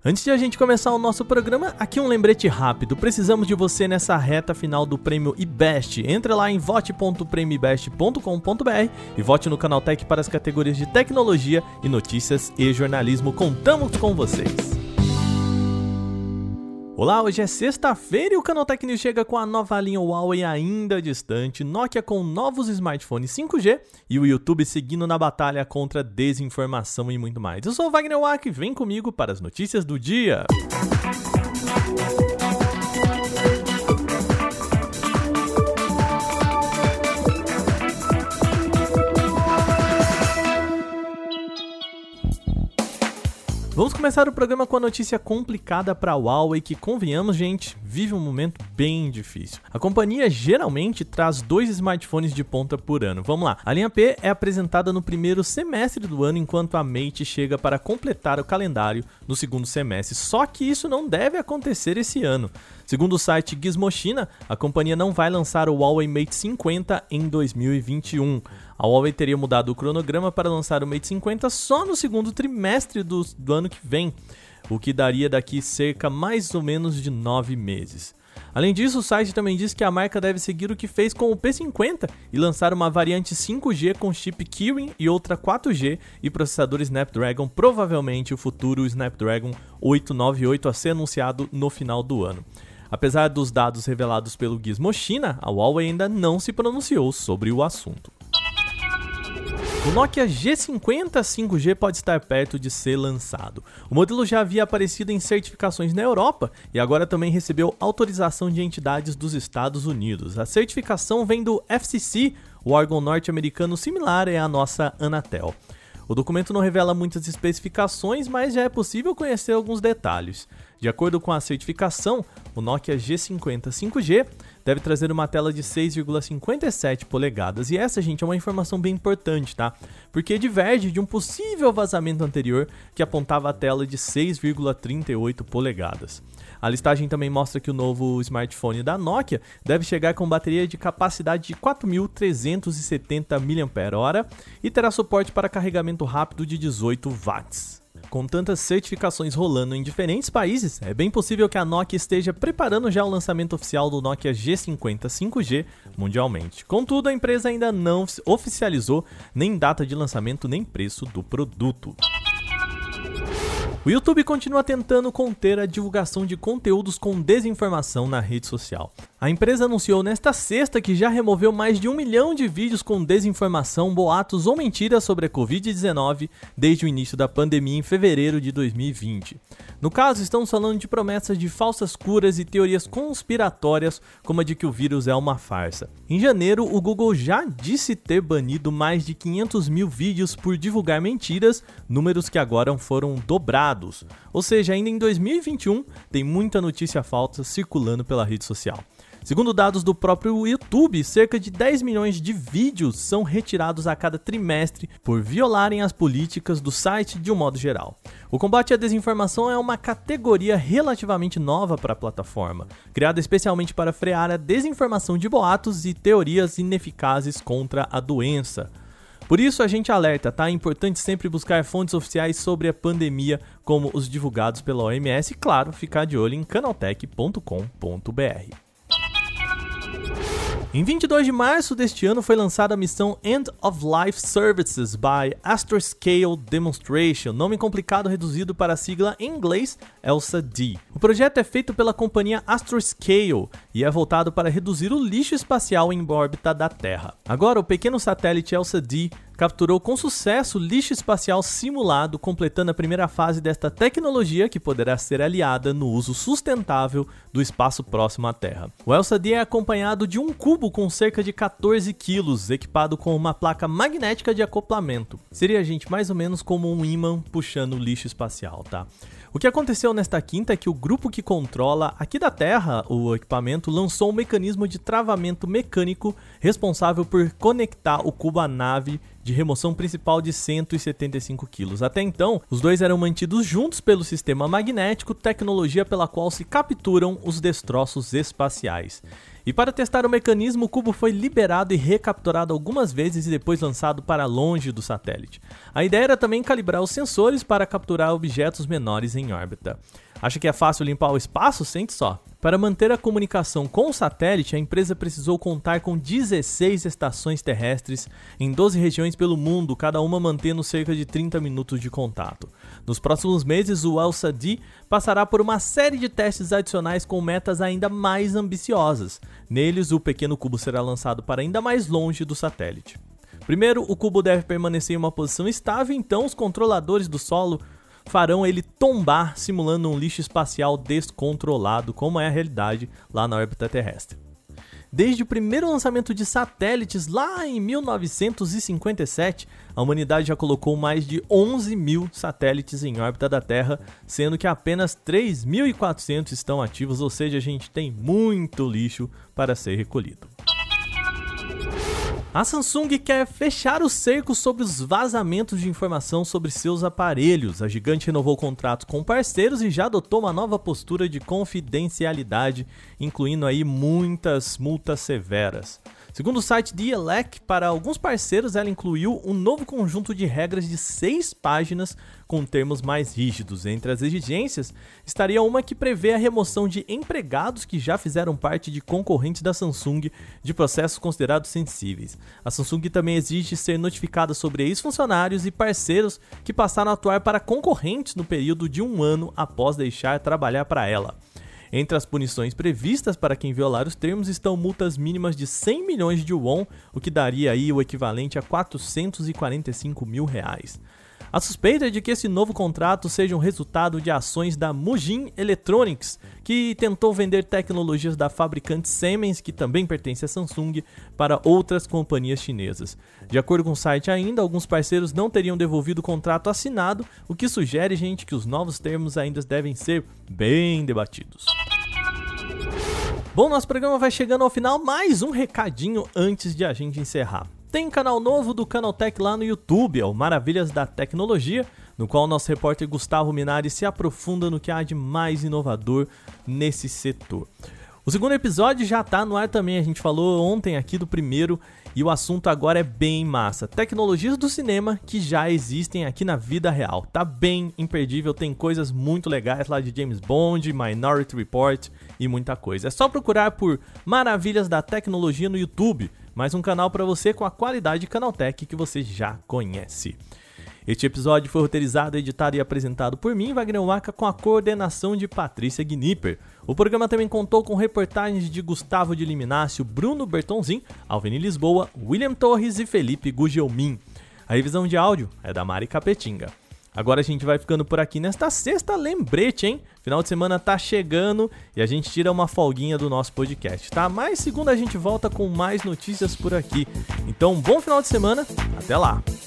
Antes de a gente começar o nosso programa, aqui um lembrete rápido. Precisamos de você nessa reta final do Prêmio IBEST. Entre lá em vote.premioibest.com.br e vote no Canaltech para as categorias de tecnologia e notícias e jornalismo. Contamos com vocês! Olá, hoje é sexta-feira e o Canaltech News chega com a nova linha Huawei ainda distante, Nokia com novos smartphones 5G e o YouTube seguindo na batalha contra a desinformação e muito mais. Eu sou o Wagner Wach, vem comigo para as notícias do dia. Vamos começar o programa com a notícia complicada para a Huawei, que, convenhamos, gente, vive um momento bem difícil. A companhia geralmente traz 2 smartphones de ponta por ano. Vamos lá, a linha P é apresentada no primeiro semestre do ano, enquanto a Mate chega para completar o calendário no segundo semestre. Só que isso não deve acontecer esse ano. Segundo o site Gizmo China, a companhia não vai lançar o Huawei Mate 50 em 2021. A Huawei teria mudado o cronograma para lançar o Mate 50 só no segundo trimestre do ano que vem, o que daria daqui cerca mais ou menos de 9 meses. Além disso, o site também diz que a marca deve seguir o que fez com o P50 e lançar uma variante 5G com chip Kirin e outra 4G e processador Snapdragon, provavelmente o futuro Snapdragon 898 a ser anunciado no final do ano. Apesar dos dados revelados pelo Gizmo China, a Huawei ainda não se pronunciou sobre o assunto. O Nokia G50 5G pode estar perto de ser lançado. O modelo já havia aparecido em certificações na Europa e agora também recebeu autorização de entidades dos Estados Unidos. A certificação vem do FCC, o órgão norte-americano similar à nossa Anatel. O documento não revela muitas especificações, mas já é possível conhecer alguns detalhes. De acordo com a certificação, o Nokia G50 5G deve trazer uma tela de 6,57 polegadas. E essa, gente, é uma informação bem importante, tá? Porque diverge de um possível vazamento anterior que apontava a tela de 6,38 polegadas. A listagem também mostra que o novo smartphone da Nokia deve chegar com bateria de capacidade de 4.370 mAh e terá suporte para carregamento rápido de 18 watts. Com tantas certificações rolando em diferentes países, é bem possível que a Nokia esteja preparando já o lançamento oficial do Nokia G50 5G mundialmente. Contudo, a empresa ainda não oficializou nem data de lançamento nem preço do produto. O YouTube continua tentando conter a divulgação de conteúdos com desinformação na rede social. A empresa anunciou nesta sexta que já removeu mais de 1 milhão de vídeos com desinformação, boatos ou mentiras sobre a Covid-19 desde o início da pandemia em fevereiro de 2020. No caso, estamos falando de promessas de falsas curas e teorias conspiratórias, como a de que o vírus é uma farsa. Em janeiro, o Google já disse ter banido mais de 500 mil vídeos por divulgar mentiras, números que agora foram dobrados. Ou seja, ainda em 2021 tem muita notícia falsa circulando pela rede social. Segundo dados do próprio YouTube, cerca de 10 milhões de vídeos são retirados a cada trimestre por violarem as políticas do site de um modo geral. O combate à desinformação é uma categoria relativamente nova para a plataforma, criada especialmente para frear a desinformação de boatos e teorias ineficazes contra a doença. Por isso a gente alerta, tá? É importante sempre buscar fontes oficiais sobre a pandemia, como os divulgados pela OMS e, claro, ficar de olho em canaltech.com.br. Em 22 de março deste ano foi lançada a missão End of Life Services by Astroscale Demonstration, nome complicado reduzido para a sigla em inglês ELSA-D. O projeto é feito pela companhia Astroscale e é voltado para reduzir o lixo espacial em órbita da Terra. Agora, o pequeno satélite ELSA-D capturou com sucesso lixo espacial simulado, completando a primeira fase desta tecnologia que poderá ser aliada no uso sustentável do espaço próximo à Terra. O ELSA-D é acompanhado de um cubo com cerca de 14 quilos, equipado com uma placa magnética de acoplamento. Seria, gente, mais ou menos como um ímã puxando o lixo espacial, tá? O que aconteceu nesta quinta é que o grupo que controla aqui da Terra o equipamento lançou um mecanismo de travamento mecânico responsável por conectar o cubo à nave de remoção principal de 175 kg. Até então, os dois eram mantidos juntos pelo sistema magnético, tecnologia pela qual se capturam os destroços espaciais. E para testar o mecanismo, o cubo foi liberado e recapturado algumas vezes e depois lançado para longe do satélite. A ideia era também calibrar os sensores para capturar objetos menores em órbita. Acha que é fácil limpar o espaço? Sente só. Para manter a comunicação com o satélite, a empresa precisou contar com 16 estações terrestres em 12 regiões pelo mundo, cada uma mantendo cerca de 30 minutos de contato. Nos próximos meses, o Al-Sadi passará por uma série de testes adicionais com metas ainda mais ambiciosas. Neles, o pequeno cubo será lançado para ainda mais longe do satélite. Primeiro, o cubo deve permanecer em uma posição estável, então os controladores do solo farão ele tombar, simulando um lixo espacial descontrolado, como é a realidade lá na órbita terrestre. Desde o primeiro lançamento de satélites lá em 1957, a humanidade já colocou mais de 11 mil satélites em órbita da Terra, sendo que apenas 3.400 estão ativos, ou seja, a gente tem muito lixo para ser recolhido. A Samsung quer fechar o cerco sobre os vazamentos de informação sobre seus aparelhos. A gigante renovou contratos com parceiros e já adotou uma nova postura de confidencialidade, incluindo aí muitas multas severas. Segundo o site The Elec, para alguns parceiros ela incluiu um novo conjunto de regras de 6 páginas com termos mais rígidos. Entre as exigências estaria uma que prevê a remoção de empregados que já fizeram parte de concorrentes da Samsung de processos considerados sensíveis. A Samsung também exige ser notificada sobre ex-funcionários e parceiros que passaram a atuar para concorrentes no período de 1 ano após deixar trabalhar para ela. Entre as punições previstas para quem violar os termos estão multas mínimas de 100 milhões de won, o que daria aí o equivalente a 445 mil reais. A suspeita é de que esse novo contrato seja um resultado de ações da Mujin Electronics, que tentou vender tecnologias da fabricante Siemens, que também pertence à Samsung, para outras companhias chinesas. De acordo com o site ainda, alguns parceiros não teriam devolvido o contrato assinado, o que sugere, gente, que os novos termos ainda devem ser bem debatidos. Bom, nosso programa vai chegando ao final, mais um recadinho antes de a gente encerrar. Tem canal novo do Canaltech lá no YouTube, é o Maravilhas da Tecnologia, no qual nosso repórter Gustavo Minari se aprofunda no que há de mais inovador nesse setor. O segundo episódio já tá no ar também, a gente falou ontem aqui do primeiro e o assunto agora é bem massa. Tecnologias do cinema que já existem aqui na vida real. Tá bem imperdível, tem coisas muito legais lá de James Bond, Minority Report e muita coisa. É só procurar por Maravilhas da Tecnologia no YouTube, mais um canal para você com a qualidade Canaltech que você já conhece. Este episódio foi roteirizado, editado e apresentado por mim, Wagner Waka, com a coordenação de Patrícia Gnipper. O programa também contou com reportagens de Gustavo de Liminácio, Bruno Bertonzin, Alveni Lisboa, William Torres e Felipe Gugelmin. A revisão de áudio é da Mari Capetinga. Agora a gente vai ficando por aqui nesta sexta, lembrete, hein? Final de semana tá chegando e a gente tira uma folguinha do nosso podcast, tá? Mas segunda a gente volta com mais notícias por aqui. Então, bom final de semana, até lá!